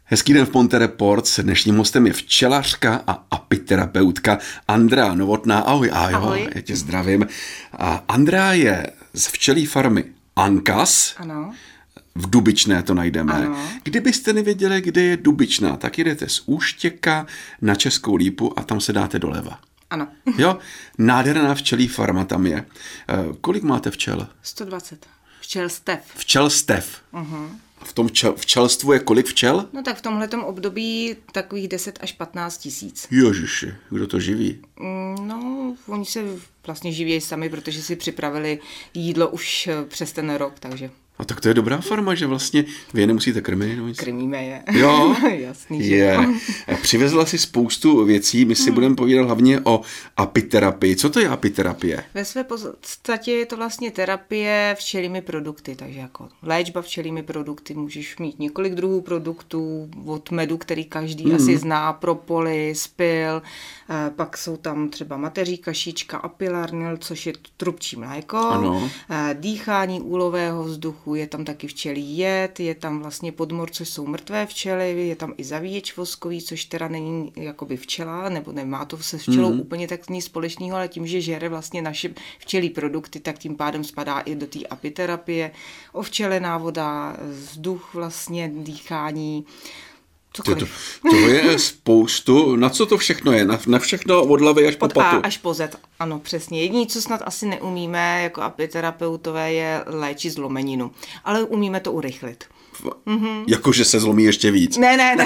Hezký den v Ponte Reports. Dnešním hostem je včelařka a apiterapeutka Andrea Novotná. Ahoj, Ahoj. Já tě zdravím. Andrea je z včelí farmy Ankas. Ano. V Dubičné to najdeme. Ano. Kdybyste nevěděli, kde je Dubičná, tak jdete z Úštěka na Českou Lípu a tam se dáte doleva. Ano. Jo, nádherná včelí farma tam je. Kolik máte včel? 120. Včelstev. Včelstev. Uh-huh. V tom včelstvu je kolik včel? No tak v tomhletom období takových 10 až 15 tisíc. Ježiši, kdo to živí? No, oni se vlastně živí sami, protože si připravili jídlo už přes ten rok, takže... A tak to je dobrá farma, že vlastně vy je nemusíte krmit. No nic. Krmíme je. Jo? Jasný, že je. jo. Přivezla si spoustu věcí, my si budeme povídat hlavně o apiterapii. Co to je apiterapie? Ve své podstatě je to vlastně terapie včelími produkty, takže jako léčba včelími produkty, můžeš mít několik druhů produktů, od medu, který každý asi zná, propolis, pil, pak jsou tam třeba mateří kašička, apilarnil, což je trubčí mléko, Ano. Dýchání úlového vzduchu, je tam taky včelí jed, je tam vlastně podmor, což jsou mrtvé včely, je tam i zavíječ voskový, což teda není jakoby včela, nebo nemá to se včelou úplně tak nic společného, ale tím, že žere vlastně naše včelí produkty, tak tím pádem spadá i do té apiterapie, ovčelená voda, vzduch vlastně, dýchání, To je spoustu. Na co to všechno je? Na všechno od hlavy až po od A patu? až po Z, ano, přesně. Jediné, co snad asi neumíme jako apiterapeutové, je léčit zlomeninu. Ale umíme to urychlit. Jakože se zlomí ještě víc. Ne.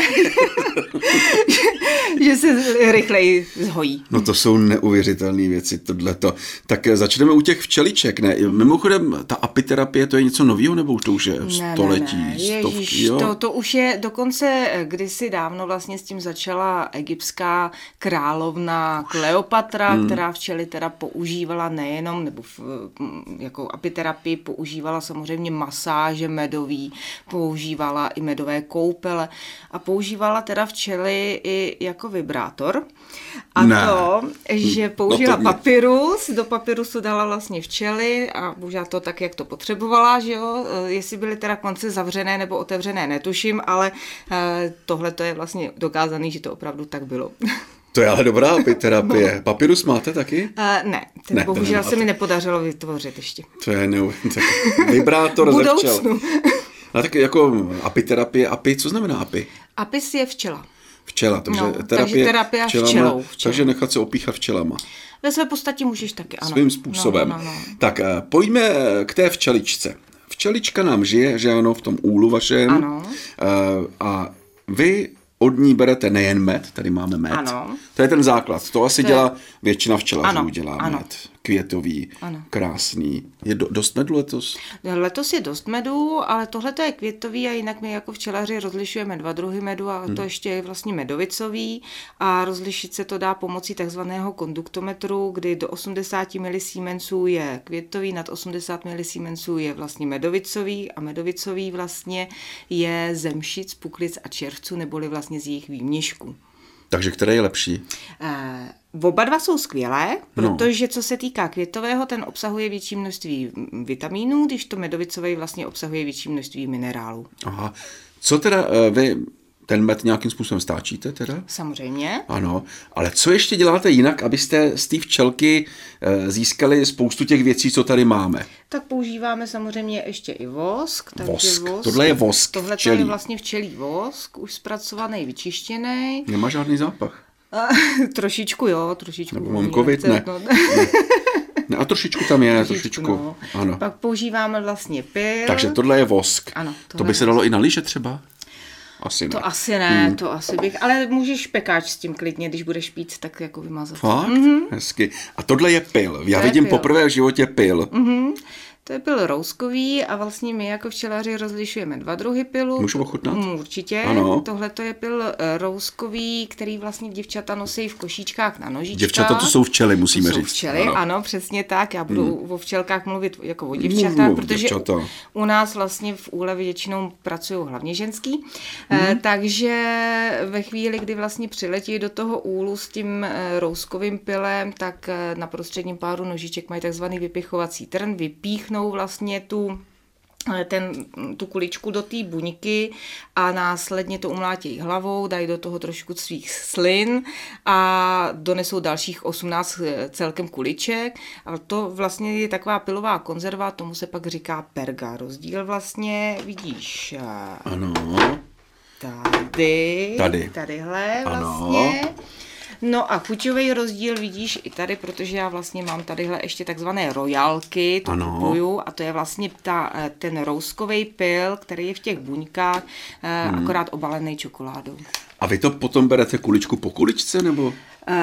že se rychleji zhojí. No to jsou neuvěřitelné věci, tohleto. Tak začneme u těch včeliček, ne? Mimochodem, ta apiterapie, to je něco nového, nebo už to už je století, stovky, Ježíš, jo? to už je dokonce kdysi dávno vlastně s tím začala egyptská královna Kleopatra, která včely teda používala nejenom, nebo jako apiterapii používala samozřejmě masáže medový, používala i medové koupele a používala teda včely i jako vibrátor. A Ne. to, že použila to mě- papyrus, do papyrusu dala vlastně včely a použila to tak, jak to potřebovala, že jo, jestli byly teda konce zavřené nebo otevřené, netuším, ale tohle to je vlastně dokázaný, že to opravdu tak bylo. To je ale dobrá apiterapie. Papyrus máte taky? Ne, Ne, to bohužel nemáte. se mi nepodařilo vytvořit ještě. To je vibrátor V ze včel. budoucnu. A tak jako apiterapie, co znamená api? Apis je včela. Včela, takže No, terapie takže terapie včelou. takže nechat se opíchat včelama. Ve své podstatě můžeš taky, ano. Svým způsobem. No. Tak pojďme k té včeličce. Včelička nám žije, že ano, v tom úlu vašem. Ano. A vy od ní berete nejen med, tady máme med. Ano. To je ten základ. To asi dělá většina včelařů, Ano, dělá ano. med. Květový, Ano. krásný. Je dost medu letos? Letos je dost medu, ale tohle to je květový a jinak my jako včelaři rozlišujeme 2 druhy medu a to ještě je vlastně medovicový a rozlišit se to dá pomocí takzvaného konduktometru, kdy do 80 milisiemensů je květový, nad 80 milisiemensů je vlastně medovicový a medovicový vlastně je ze mšic, puklic a červců neboli vlastně z jejich výměšků. Takže které je lepší? Oba dva jsou skvělé, protože co se týká květového, ten obsahuje větší množství vitamínů, když to medovicový vlastně obsahuje větší množství minerálů. Aha. Co teda vy ten med nějakým způsobem stáčíte teda? Samozřejmě. Ano, ale co ještě děláte jinak, abyste z té včelky získali spoustu těch věcí, co tady máme? Tak používáme samozřejmě ještě i vosk. Takže Vosk. Tohle je vosk Tohle včelí. je vlastně včelí vosk, už zpracovaný, vyčištěný. Nemá žádný zápach. Trošičku jo, trošičku. Nebo mám covid, ne. Ne, a trošičku tam je, trošičku. No. Ano. Pak používáme vlastně pil. Takže tohle je vosk. Ano, To tohle by se je dalo i na lyže třeba? Asi ne. To asi ne, to asi bych, ale můžeš pekáč s tím klidně, když budeš pít, tak jako vymazat. Fakt? Hezky. A tohle je pil. Já To je vidím pil. poprvé v životě pil. To je pil rouskový a vlastně my jako včelaři rozlišujeme 2 druhy pilu. Můžu ochutnat? Určitě. Ano. Tohle to je pil rouskový, který vlastně děvčata nosí v košíčkách na nožičkách. Děvčata to jsou včely, musíme To jsou říct. včely, ano, přesně tak. Já budu o včelkách mluvit jako o Mluv, děvčatách, protože děvčata. u nás vlastně v úlevě většinou pracují hlavně ženský. Takže ve chvíli, kdy vlastně přiletí do toho úlu s tím rouskovým pilem, tak na prostředním páru nožiček mají takzvaný vypichovací trn, vypíchnou vlastně tu tu kuličku do té buňky a následně to umlátějí hlavou, dají do toho trošku svých slin a donesou dalších 18 celkem kuliček. A to vlastně je taková pilová konzerva, tomu se pak říká perga. Rozdíl vlastně vidíš Ano. Tadyhle vlastně. Ano. No a chuťový rozdíl vidíš i tady, protože já vlastně mám tadyhle ještě takzvané royalky, to kupuju a to je vlastně ten rouskový pyl, který je v těch buňkách, akorát obalený čokoládou. A vy to potom berete kuličku po kuličce, nebo?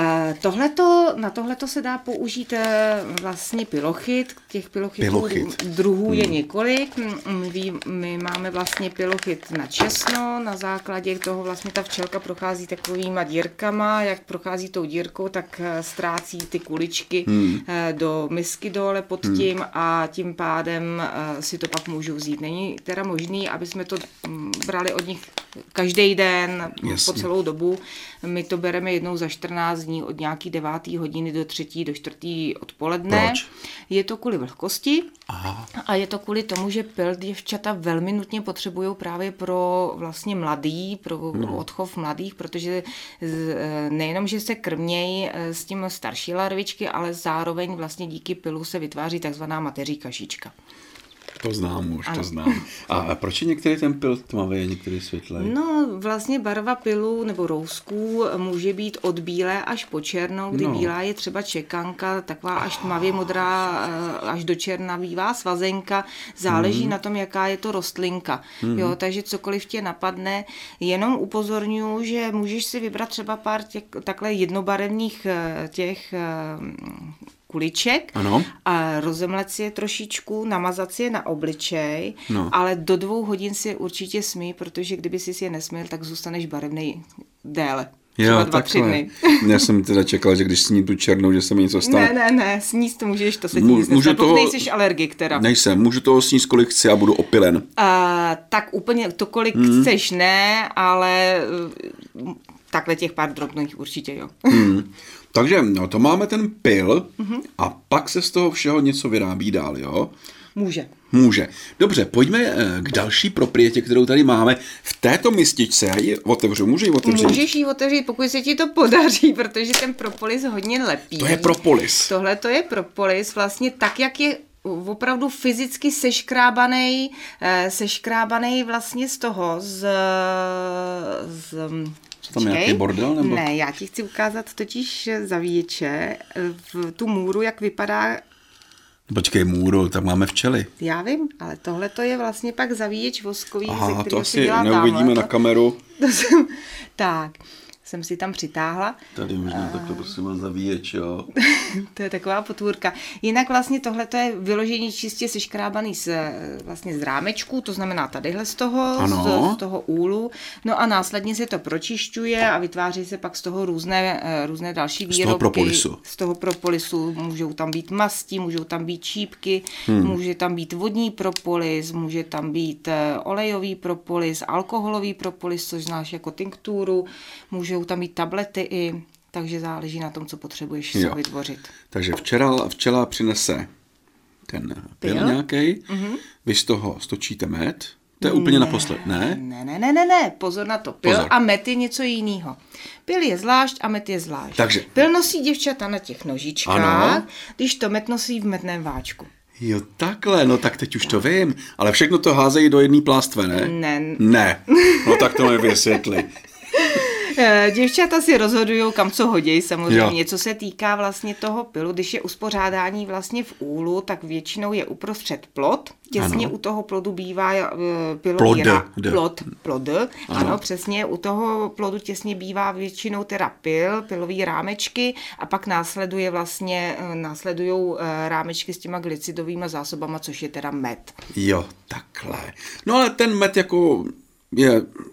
Na tohleto se dá použít vlastně pilochyt. Těch pilochytů druhů je několik. My máme vlastně pilochyt na česno, na základě toho vlastně ta včelka prochází takovýma dírkama, jak prochází tou dírkou, tak ztrácí ty kuličky do misky dole pod tím a tím pádem si to pak můžou vzít. Není teda možný, aby jsme to brali od nich každý den po celou dobu. My to bereme jednou za 14 dní od nějaký 9. hodiny do 3. do 4. odpoledne. Proč? Je to kvůli vlhkosti. Aha. A je to kvůli tomu, že pyl děvčata velmi nutně potřebují právě pro vlastně mladý, pro odchov mladých, protože nejenom, že se krmějí s tím starší larvičky, ale zároveň vlastně díky pylu se vytváří takzvaná mateří kašička. To znám. A proč je některý ten pyl tmavý a některý světlý? No, vlastně barva pylu nebo rousků může být od bílé až po černou, kdy bílá je třeba čekanka, taková až tmavě modrá, až do černa bývá svazenka, záleží na tom, jaká je to rostlinka. Jo, takže cokoliv tě napadne, jenom upozorňuji, že můžeš si vybrat třeba pár takhle jednobarevných těch kuliček a rozemlet si je trošičku, namazat si je na obličej, ale do 2 hodin si je určitě smij, protože kdyby si je nesmyl, tak zůstaneš barevnej déle. Třeba 2-3 dny. Já jsem teda čekal, že když sní tu černou, že se mi něco stane. Ne, sníst to můžeš, to se ti nic nestane, pokud nejsiš alergik teda. Nejsem, můžu toho sníst, kolik chci a budu opilen. Tak úplně to, kolik chceš, ne, ale takhle těch pár drobných určitě, jo. Takže to máme ten pyl a pak se z toho všeho něco vyrábí dál, jo? Může. Dobře, pojďme k další proprietě, kterou tady máme. V této mističce, já ji otevřu, můžu ji otevřít? Můžeš ji otevřít, pokud se ti to podaří, protože ten propolis hodně lepí. To je propolis. Tohle to je propolis, vlastně tak, jak je opravdu fyzicky seškrábaný vlastně z toho, Co tam nějaký bordel? Nebo? Ne, já ti chci ukázat totiž zavíječe, v tu můru, jak vypadá. Počkej, můru, tak máme včely. Já vím, ale tohle to je vlastně pak zavíječ voskový, ze kterého si dělá neuvidíme na kameru. Tak, jsem si tam přitáhla. Tady možná takhle prosím vás zavíječ, jo. To je taková potvůrka. Jinak vlastně tohle to je vyložení čistě seškrábaný vlastně z rámečku, to znamená tadyhle z toho úlu. No a následně se to pročišťuje a vytváří se pak z toho různé další výrobky. Z toho propolisu můžou tam být masti, můžou tam být čípky, může tam být vodní propolis, může tam být olejový propolis, alkoholový propolis, což znáš jako tinkturu, můžou tam být tablety i, takže záleží na tom, co potřebuješ si vytvořit. Takže včela přinese ten pyl nějaký, vy z toho stočíte med, to je úplně naposled, ne? Ne, pozor na to. Pyl a med je něco jiného. Pyl je zvlášť a med je zvlášť. Takže. Pyl nosí děvčata na těch nožičkách, když to med nosí v medném váčku. Jo, takhle, no tak teď už to vím, ale všechno to házejí do jedné plástve, ne? Ne, no tak to mi vysvětli. Děvčata si rozhodují, kam co hodí samozřejmě. Co se týká vlastně toho pylu, když je uspořádání vlastně v úlu, tak většinou je uprostřed plod. Těsně u toho plodu bývá pilový plod. Ano, přesně. U toho plodu těsně bývá většinou teda pilový rámečky a pak následují rámečky s těma glycidovými zásobama, což je teda med. Jo, takhle. No ale ten med jako je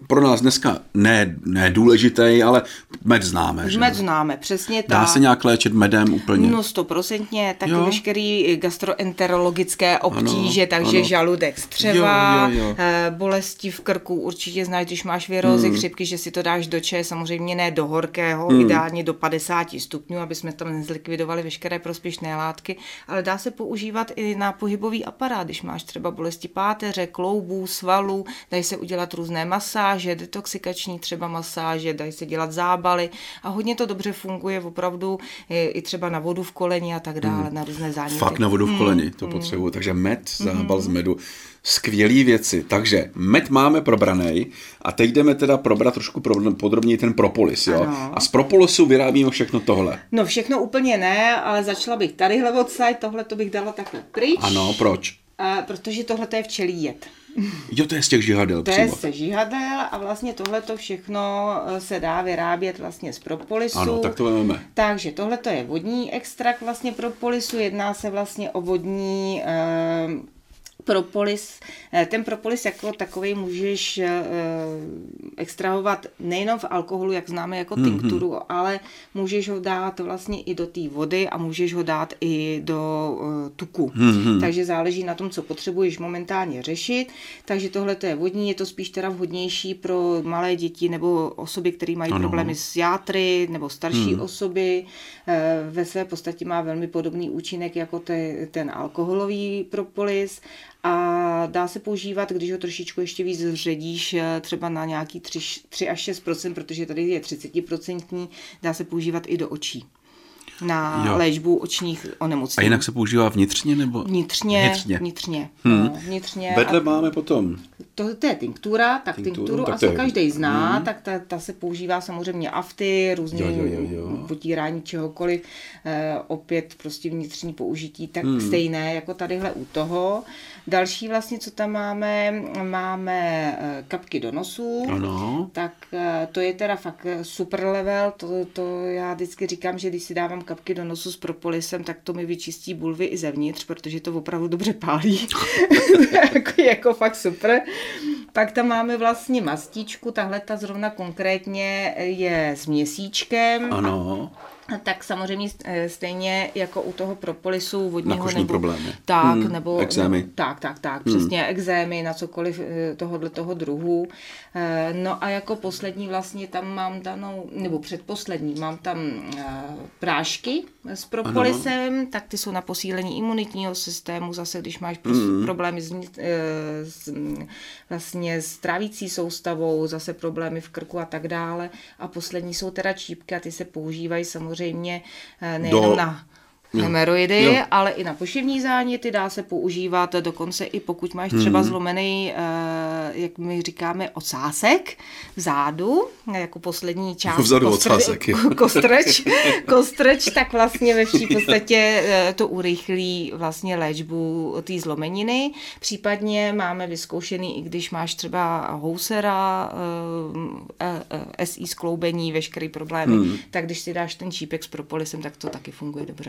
pro nás dneska ne důležitý, ale med známe. Med známe, přesně tak. Dá se nějak léčit medem úplně? No 100%, taky veškerý gastroenterologické obtíže, takže žaludek, střeva, bolesti v krku, určitě znáš, když máš virózy, chřipky, že si to dáš do čaje, samozřejmě ne do horkého, ideálně do 50 stupňů, aby jsme tam nezlikvidovali veškeré prospěšné látky, ale dá se používat i na pohybový aparát, když máš třeba bolesti páteře, kloubů, svalů, dají se udělat různé masáže, detoxikační třeba masáže, dají se dělat zábaly a hodně to dobře funguje opravdu i třeba na vodu v koleni a tak dále, na různé záněty. Fakt na vodu v koleni, to potřebuju, takže med, zábal z medu, skvělý věci. Takže med máme probranej a teď jdeme teda probrat trošku podrobněji ten propolis, jo? Ano. A z propolisu vyrábíme všechno tohle. No všechno úplně ne, ale začala bych tadyhle odsaď, tohle to bych dala takhle pryč. Ano, proč? Protože tohle je včelí jed. Jo, to je z těch žihadel přímo. To je z těch žihadel a vlastně tohleto všechno se dá vyrábět vlastně z propolisu. Ano, tak to vezmeme. Takže tohleto je vodní extrakt vlastně propolisu, jedná se vlastně o vodní propolis. Ten propolis jako takový můžeš extrahovat nejenom v alkoholu, jak známe jako tinkturu, ale můžeš ho dát vlastně i do té vody a můžeš ho dát i do tuku. Takže záleží na tom, co potřebuješ momentálně řešit. Takže tohle je vodní, je to spíš teda vhodnější pro malé děti nebo osoby, které mají problémy s játry nebo starší osoby. Ve své podstatě má velmi podobný účinek jako ten alkoholový propolis. A dá se používat, když ho trošičku ještě víc zředíš, třeba na nějaký 3 až 6%, protože tady je 30%, dá se používat i do očí. Na léčbu očních onemocnění. A jinak se používá vnitřně nebo? Vnitřně. No, vnitřně. Vedle máme potom. To je tinktura, tak tinkturu asi každý zná, tak ta se používá samozřejmě afty, různé potírání čehokoliv, opět prostě vnitřní použití, tak stejné jako tadyhle u toho. Další vlastně, co tam máme kapky do nosu, tak to je teda fakt super level, to já vždycky říkám, že když si dávám kapky do nosu s propolisem, tak to mi vyčistí bulvy i zevnitř, protože to opravdu dobře pálí. jako fakt super. Pak tam máme vlastně mastičku, tahle ta zrovna konkrétně je s měsíčkem. Ano. Tak samozřejmě stejně jako u toho propolisu vodního na kožní problémy. Tak, nebo ekzémy. Tak, přesně ekzémy, na cokoliv toho druhu. No a jako poslední vlastně tam mám danou, nebo předposlední, mám tam prášky s propolisem, tak ty jsou na posílení imunitního systému, zase když máš problémy vlastně s trávící soustavou, zase problémy v krku a tak dále. A poslední jsou teda čípky a ty se používají samozřejmě nejenom na hemeroidy, ale i na poševní záněty, dá se používat dokonce i pokud máš třeba zlomený, jak my říkáme, ocásek vzadu, jako poslední část kostreč, tak vlastně ve vší podstatě to urychlí vlastně léčbu té zlomeniny. Případně máme vyzkoušený, i když máš třeba housera, SI skloubení, veškerý problémy, tak když si dáš ten čípek s propolisem, tak to taky funguje dobře.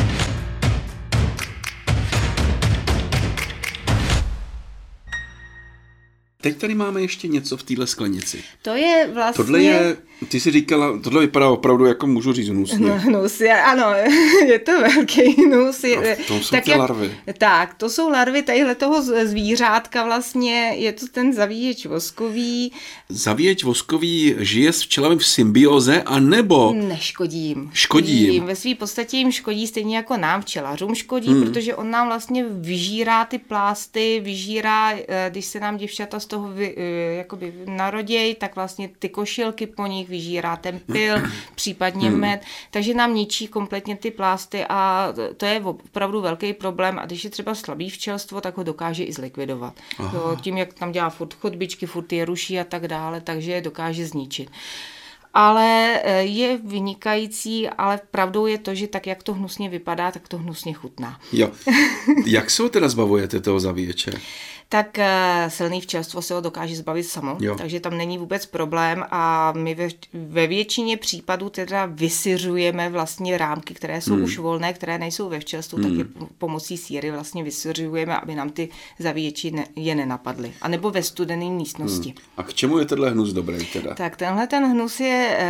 Teď tady máme ještě něco v téhle sklenici. To je vlastně... Ty jsi říkala, tohle vypadá opravdu, jako můžu říct, hnusně. Hnus, ano, je to velký hnus. To jsou ty larvy. Tak, to jsou larvy tadyhle toho zvířátka vlastně, je to ten zavíječ voskový. Zavíječ voskový žije s včelami v symbioze, anebo... Neškodí. Škodí. Ve své podstatě jim škodí stejně jako nám včelařům škodí, protože on nám vlastně vyžírá ty plásty, když se nám děvčata z toho jakoby narodějí, tak vlastně ty košilky po nich vyžírá ten pyl, případně med, takže nám ničí kompletně ty plásty a to je opravdu velký problém a když je třeba slabý včelstvo, tak ho dokáže i zlikvidovat. Jo, tím, jak tam dělá furt chodbičky, furt je ruší a tak dále, takže je dokáže zničit. Ale je vynikající, ale pravdou je to, že tak, jak to hnusně vypadá, tak to hnusně chutná. Jo. Jak se ho teda zbavujete toho zavíječe? tak silný včelstvo se ho dokáže zbavit samo, takže tam není vůbec problém a my ve většině případů teda vysyřujeme vlastně rámky, které jsou už volné, které nejsou ve včelstvu, tak je pomocí síry vlastně vysyřujeme, aby nám ty zavíječi je nenapadly. A nebo ve studené místnosti. A k čemu je tenhle hnus dobrý teda? Tak tenhle ten hnus je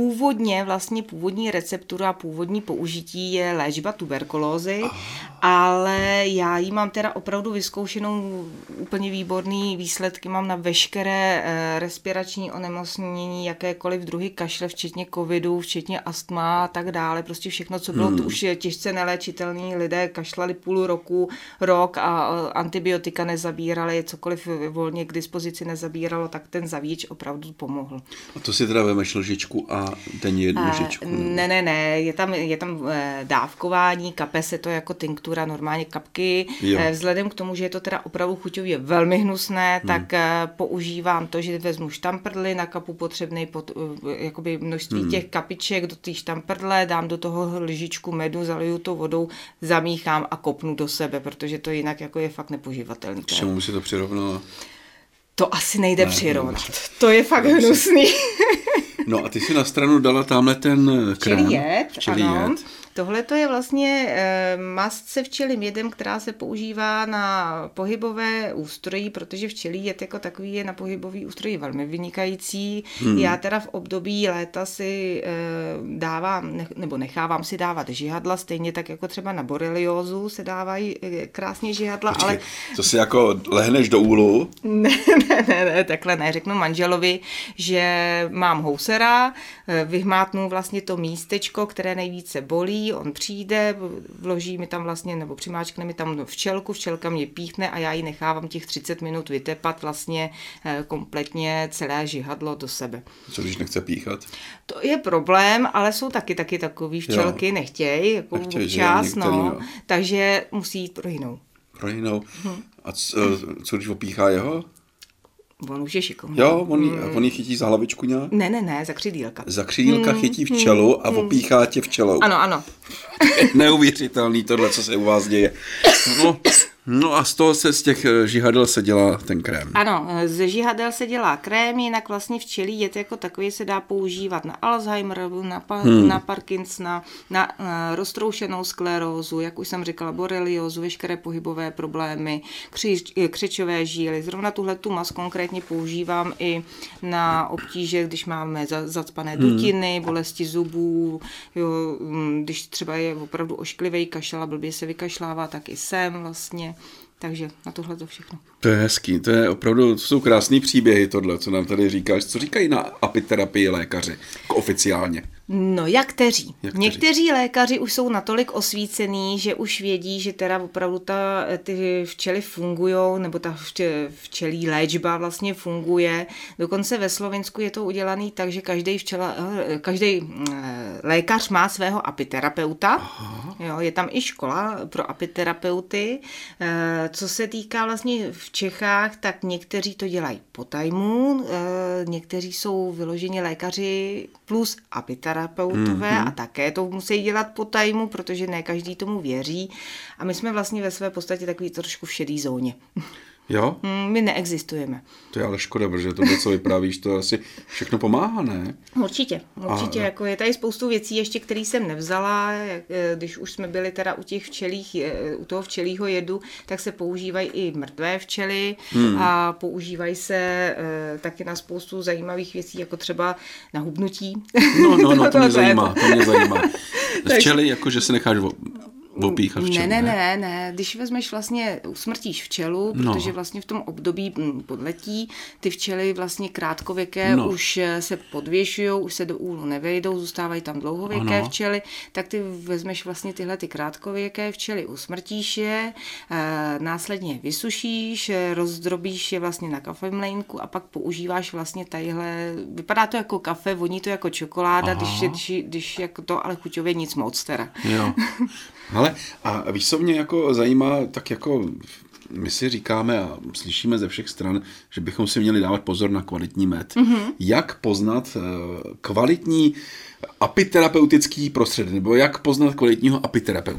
původní receptura a původní použití je léčba tuberkulózy, ale já ji mám teda opravdu vyzkoušenou, úplně výborný výsledky mám na veškeré respirační onemocnění, jakékoliv druhy kašle, včetně covidu, včetně astma a tak dále, prostě všechno, co bylo to už je těžce neléčitelný, lidé kašlali půl roku, rok a antibiotika nezabírali, cokoliv volně k dispozici nezabíralo, tak ten zavíč opravdu pomohl. A to si teda vemeš lžičku a denně jednu lžičku? Ne, je tam dávkování, kape se to jako tinktura, normálně kapky. Vzhledem k tomu, že je to teda opravdu chuťově velmi hnusné, tak používám to, že vezmu štamprdly, nakapu potřebný jakoby množství těch kapiček do té štamprdle, dám do toho lžičku medu, zaliju to vodou, zamíchám a kopnu do sebe, protože to jinak jako je fakt nepoživatelný. K čemu si to přirovnala? To asi nejde přirovnat. To je fakt hnusný. No a ty si na stranu dala tamhle ten krém. Včelí jed. Tohle to je vlastně mast se včelím jedem, která se používá na pohybové ústrojí, protože včelí jed jako takový je na pohybový ústrojí velmi vynikající. Já teda v období léta si dávám, nebo nechávám si dávat žihadla, stejně tak jako třeba na boreliózu se dávají krásně žihadla. Počkej, ale to si jako lehneš do úlu? Ne, takhle ne. Řeknu manželovi, že mám housera, vyhmátnu vlastně to místečko, které nejvíce bolí, on přijde, vloží mi tam vlastně, nebo přimáčkne mi tam včelku, včelka mě píchne a já ji nechávám těch 30 minut vytepat vlastně kompletně celé žihadlo do sebe. Co když nechce píchat? To je problém, ale jsou taky takový včelky, nechtějí, jako občas, no. Takže musí jít pro jinou. A co když opíchá jeho? On už je šikovný. Jo, on ji chytí za hlavičku nějak? Ne, za křidílka. Za křidílka chytí včelu a opíchá tě včelou. Ano. Neuvěřitelný tohle, co se u vás děje. No a z těch žihadel se dělá ten krém. Ano, ze žihadel se dělá krém, jinak vlastně včelí jed jako takový se dá používat na Alzheimer, na Parkinsona, na roztroušenou sklerózu, jak už jsem říkala, boreliózu, veškeré pohybové problémy, křečové žíly. Zrovna tuhletu mas konkrétně používám i na obtíže, když máme zacpané dutiny, bolesti zubů, jo, když třeba je opravdu ošklivý kašel a blbě se vykašlává, tak i sem vlastně. Takže na tohle to všechno. To je hezký, to jsou krásný příběhy tohle, co nám tady říkáš. Co říkají na apiterapii lékaři, jako oficiálně? No, jak kteří. Někteří lékaři už jsou natolik osvícený, že už vědí, že teda opravdu ty včely fungujou, nebo ta včelí léčba vlastně funguje. Dokonce ve Slovinsku je to udělaný tak, že každý lékař má svého apiterapeuta. Jo, je tam i škola pro apiterapeuty. Co se týká vlastně v Čechách, tak někteří to dělají po tajmu, někteří jsou vyloženě lékaři plus apiterapeutové a také to musí dělat po tajmu, protože ne každý tomu věří. A my jsme vlastně ve své podstatě takový trošku v šedý zóně. Jo? My neexistujeme. To je ale škoda, protože to, co vyprávíš, to asi všechno pomáhá, ne? Určitě. Jako je tady spoustu věcí ještě, které jsem nevzala. Když už jsme byli teda u toho včelího jedu, tak se používají i mrtvé včely a používají se taky na spoustu zajímavých věcí, jako třeba na hubnutí. No, to mě zajímá. Včely, jakože se necháš opíchat včelu, ne. Když vezmeš vlastně, usmrtíš včelu, protože vlastně v tom období podletí ty včely vlastně krátkověké už se podvěšujou, už se do úlu nevejdou, zůstávají tam dlouhověké včely, tak ty vezmeš vlastně tyhle ty krátkověké včely, usmrtíš je, následně vysušíš, rozdrobíš je vlastně na kafemlejnku a pak používáš vlastně tadyhle, vypadá to jako kafe, voní to jako čokoláda, když jako to, ale chuťově nic moc teda. Jo. Ale a víš, co mě jako zajímá, tak jako my si říkáme a slyšíme ze všech stran, že bychom si měli dávat pozor na kvalitní med. Jak poznat kvalitní apiterapeutický prostředek, nebo jak poznat kvalitního apiterapeuta?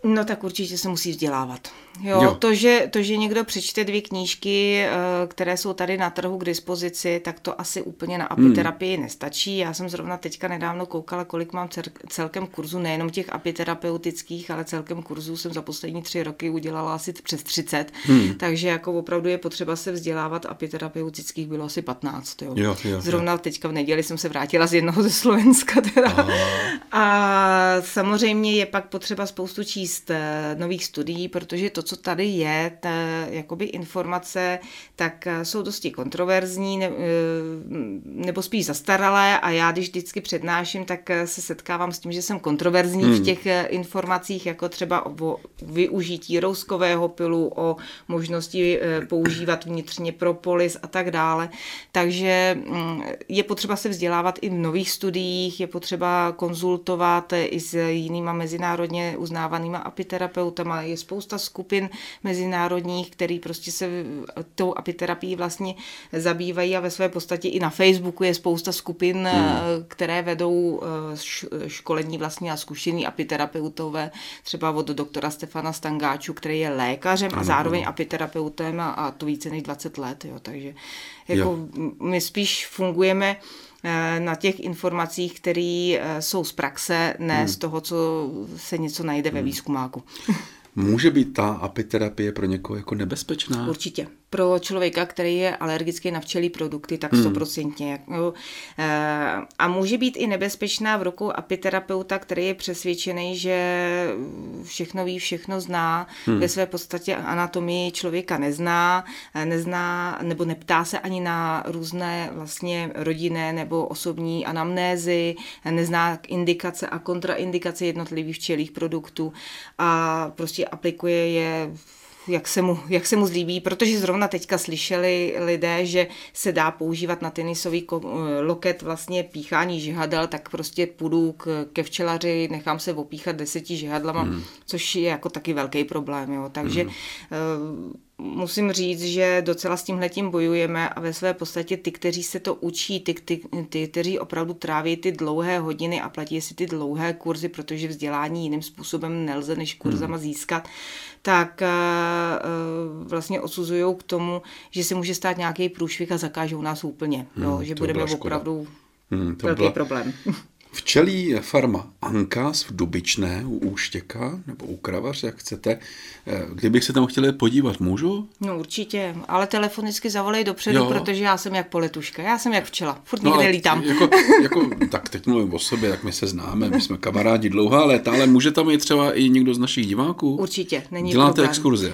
No tak určitě se musí vzdělávat. Jo. To, že někdo přečte 2 knížky, které jsou tady na trhu k dispozici, tak to asi úplně na apiterapii nestačí. Já jsem zrovna teďka nedávno koukala, kolik mám celkem kurzů, nejenom těch apiterapeutických, ale celkem kurzů jsem za poslední 3 roky udělala asi přes 30. Takže jako opravdu je potřeba se vzdělávat. Apiterapeutických bylo asi 15. Jo. Zrovna teďka v neděli jsem se vrátila z jednoho ze Slovenska. Teda. A samozřejmě je pak potřeba spoustu číst nových studií, protože to, co tady je, jakoby informace, tak jsou dosti kontroverzní nebo spíš zastaralé a já, když vždycky přednáším, tak se setkávám s tím, že jsem kontroverzní v těch informacích, jako třeba o využití rouskového pilu, o možnosti používat vnitřně propolis a tak dále. Takže je potřeba se vzdělávat i v nových studiích, je potřeba konzultovat i s jinýma mezinárodně uznávanýma apiterapeutama. Je spousta skupin mezinárodních, který prostě se tou apiterapií vlastně zabývají a ve své podstatě i na Facebooku je spousta skupin, které vedou školení vlastně a zkušení apiterapeutové, třeba od doktora Stefana Stangáču, který je lékařem a zároveň apiterapeutem a to více než 20 let. Jo. Takže jako my spíš fungujeme na těch informacích, které jsou z praxe, ne z toho, co se něco najde ve výzkumáku. Může být ta apiterapie pro někoho jako nebezpečná? Určitě. Pro člověka, který je alergický na včelí produkty, tak 100%. A může být i nebezpečná v rukou apiterapeuta, který je přesvědčený, že všechno ví, všechno zná. Ve své podstatě anatomii člověka nezná nebo neptá se ani na různé vlastně rodinné nebo osobní anamnézy, nezná indikace a kontraindikace jednotlivých včelích produktů a prostě aplikuje je jak se mu zlíbí, protože zrovna teďka slyšeli lidé, že se dá používat na tenisový loket vlastně píchání žihadel, tak prostě půjdu ke včelaři, nechám se opíchat 10 žihadlama, což je jako taky velký problém. Jo. Takže musím říct, že docela s tímhletím bojujeme a ve své podstatě ty, kteří se to učí, ty, kteří opravdu tráví ty dlouhé hodiny a platí si ty dlouhé kurzy, protože vzdělání jiným způsobem nelze než kurzama získat, tak vlastně odsuzujou k tomu, že se může stát nějaký průšvih a zakážou nás úplně, že budeme opravdu velký problém. Včelí farma Ankas v Dubičné u Úštěka nebo u Kravaře, jak chcete. Kdybych se tam chtěli podívat, můžu? No určitě, ale telefonicky zavolej dopředu, protože já jsem jak poletuška, já jsem jak včela, furt někde lítám. Tak teď mluvím o sobě, jak my se známe, my jsme kamarádi dlouhá léta, ale může tam i třeba i někdo z našich diváků? Určitě, není Děláte problém. exkurze?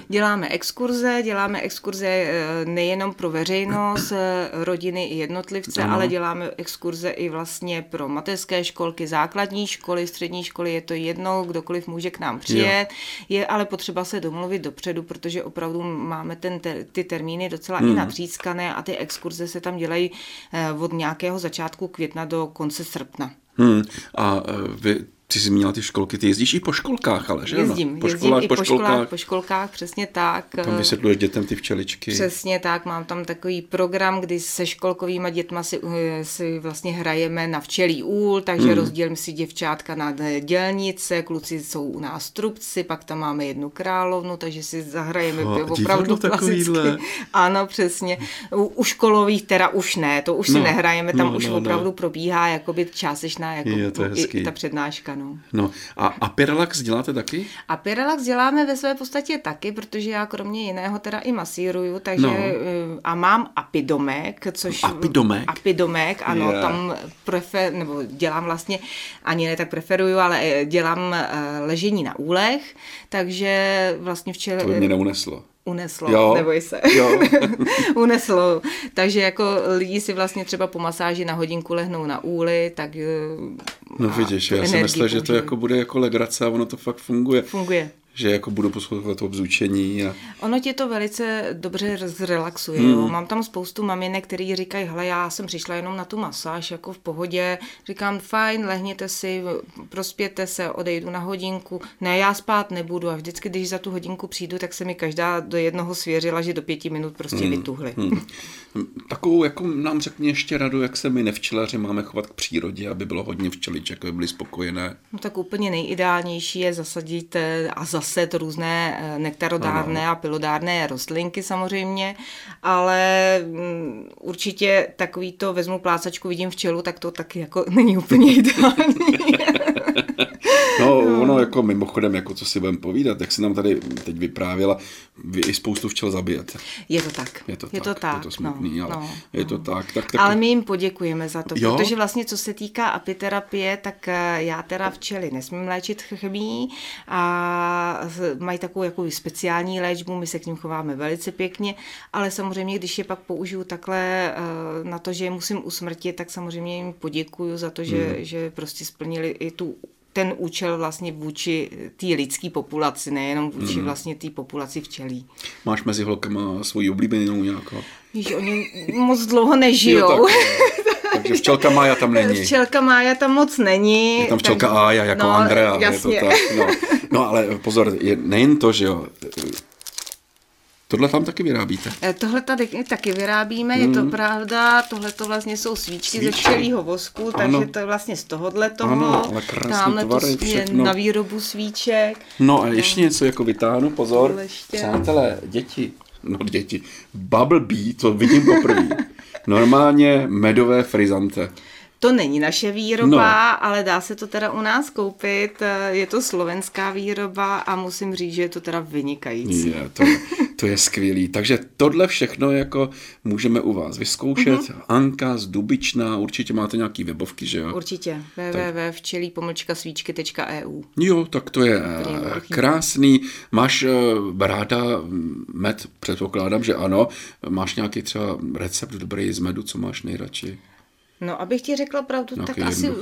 Děláme exkurze nejenom pro veřejnost, rodiny i jednotlivce, ale děláme exkurze i vlastně pro mateřské školky, základní školy, střední školy, je to jedno, kdokoliv může k nám přijet. Je ale potřeba se domluvit dopředu, protože opravdu máme ty termíny docela i natřískané a ty exkurze se tam dělají od nějakého začátku května do konce srpna. A ty jsi zmínila ty školky, ty jezdíš i po školkách, ale že? Jezdím i po školkách, přesně tak. Tam vysvětluješ dětem ty včeličky. Přesně tak, mám tam takový program, kdy se školkovýma dětma si vlastně hrajeme na včelí úl, takže rozdělím si děvčátka na dělnice, kluci jsou u nás trubci, pak tam máme jednu královnu, takže si zahrajeme opravdu klasicky. Ano, přesně. U školových teda už ne, to už si nehrajeme, tam už opravdu probíhá jakoby částečná i ta přednáška. No a Apirelax děláte taky? Apirelax děláme ve své podstatě taky, protože já kromě jiného teda i masíruju, takže a mám apidomek, což... Apidomek, ano, tam dělám vlastně, ani ne tak preferuju, ale dělám ležení na úlech, takže vlastně To by mě neuneslo. Uneslo, neboj se. Uneslo. Takže jako lidi si vlastně třeba po masáži na hodinku lehnou na úli, tak... No vidíš, já jsem myslel, že to jako bude jako legrace a ono to fakt funguje. Funguje. Že jako budu poslouchat to vzrušení. Ono tě to velice dobře zrelaxuje. Jo. Mám tam spoustu maminek, který říkají, hele, já jsem přišla jenom na tu masáž, jako v pohodě. Říkám, fajn, lehněte si, prospěte se, odejdu na hodinku. Ne, já spát nebudu a vždycky, když za tu hodinku přijdu, tak se mi každá do jednoho svěřila, že do 5 minut prostě vytuhli. Takovou, jako nám řekni ještě radu, jak se my nevčelaři máme chovat k přírodě, aby bylo hodně včeliček, aby byly spokojené. No tak úplně nejideálnější je zasadit a zaset různé nektarodárné a pilodárné rostlinky samozřejmě, ale určitě takový to vezmu plácačku, vidím včelu, tak to taky jako není úplně ideální. No, ono jako mimochodem, jako co si budeme povídat, jak si nám tady teď vyprávěla, vy i spoustu včel zabijete. Je to tak. Je to tak. Je to smutný, ale je to tak. Ale my jim poděkujeme za to, protože vlastně co se týká apiterapie, tak já teda včely nesmím léčit chemií a mají takovou jako speciální léčbu, my se k ním chováme velice pěkně, ale samozřejmě, když je pak použiju takhle na to, že je musím usmrtit, tak samozřejmě jim poděkuju za to, že prostě splnili i ten účel vlastně vůči té lidské populaci, nejenom vůči vlastně té populaci včelí. Máš mezi holkama svoji oblíbenou nějakou? Víš, oni moc dlouho nežijou. Takže včelka Mája tam není. Včelka Mája tam moc není. Je tam včelka Ája jako Andrea. Jasně. Je to tak, no, ale pozor, nejen to, že jo. Tohle tam taky vyrábíte? Tohle tady taky vyrábíme, je to pravda, tohle to vlastně jsou svíčky ze včelího vosku, takže to je vlastně z tohohle toho. Ano, ale krásný tvary, všechno. Na výrobu svíček. No a ještě něco jako vytáhnu, pozor, přátelé, děti, Bubble Bee, to vidím poprvé. Normálně medové frizante. To není naše výroba, ale dá se to teda u nás koupit. Je to slovenská výroba a musím říct, že je to teda vynikající. To je skvělý. Takže tohle všechno jako můžeme u vás vyzkoušet. Anka z Dubična, určitě máte nějaký webovky, že jo? Určitě. www.včelí-svíčky.eu. Jo, tak to je krásný. Máš ráda med? Předpokládám, že ano. Máš nějaký třeba recept dobrý z medu, co máš nejradši? No, abych ti řekla pravdu, tak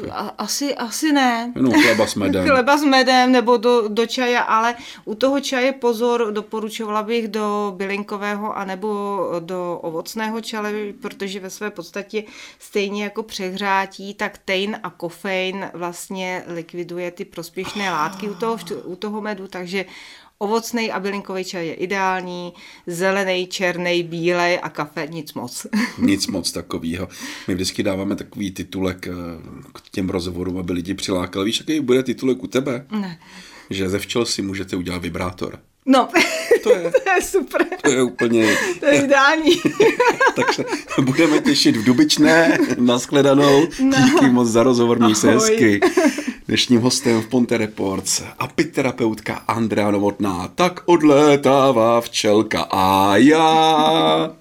asi ne. Jenom chleba s medem. Chleba s medem nebo do čaje, ale u toho čaje pozor, doporučovala bych do bylinkového anebo do ovocného čaje, protože ve své podstatě stejně jako přehřátí, tak tein a kofein vlastně likviduje ty prospěšné látky u toho medu, takže ovocnej a bylinkový čaj je ideální, zelený, černý, bílej a kafe nic moc. Nic moc takového. My vždycky dáváme takový titulek k těm rozhovorům, aby lidi přilákali. Víš, jaký bude titulek u tebe? Ne. Že ze včel si můžete udělat vibrátor. No, to je super. To je úplně... To je ideální. Takže budeme těšit v Dubičné. Nashledanou. Díky moc za rozhovor, měj se hezky. Dnešním hostem v Ponte Reports apiterapeutka Andrea Novotná. Tak odlétává včelka Ája.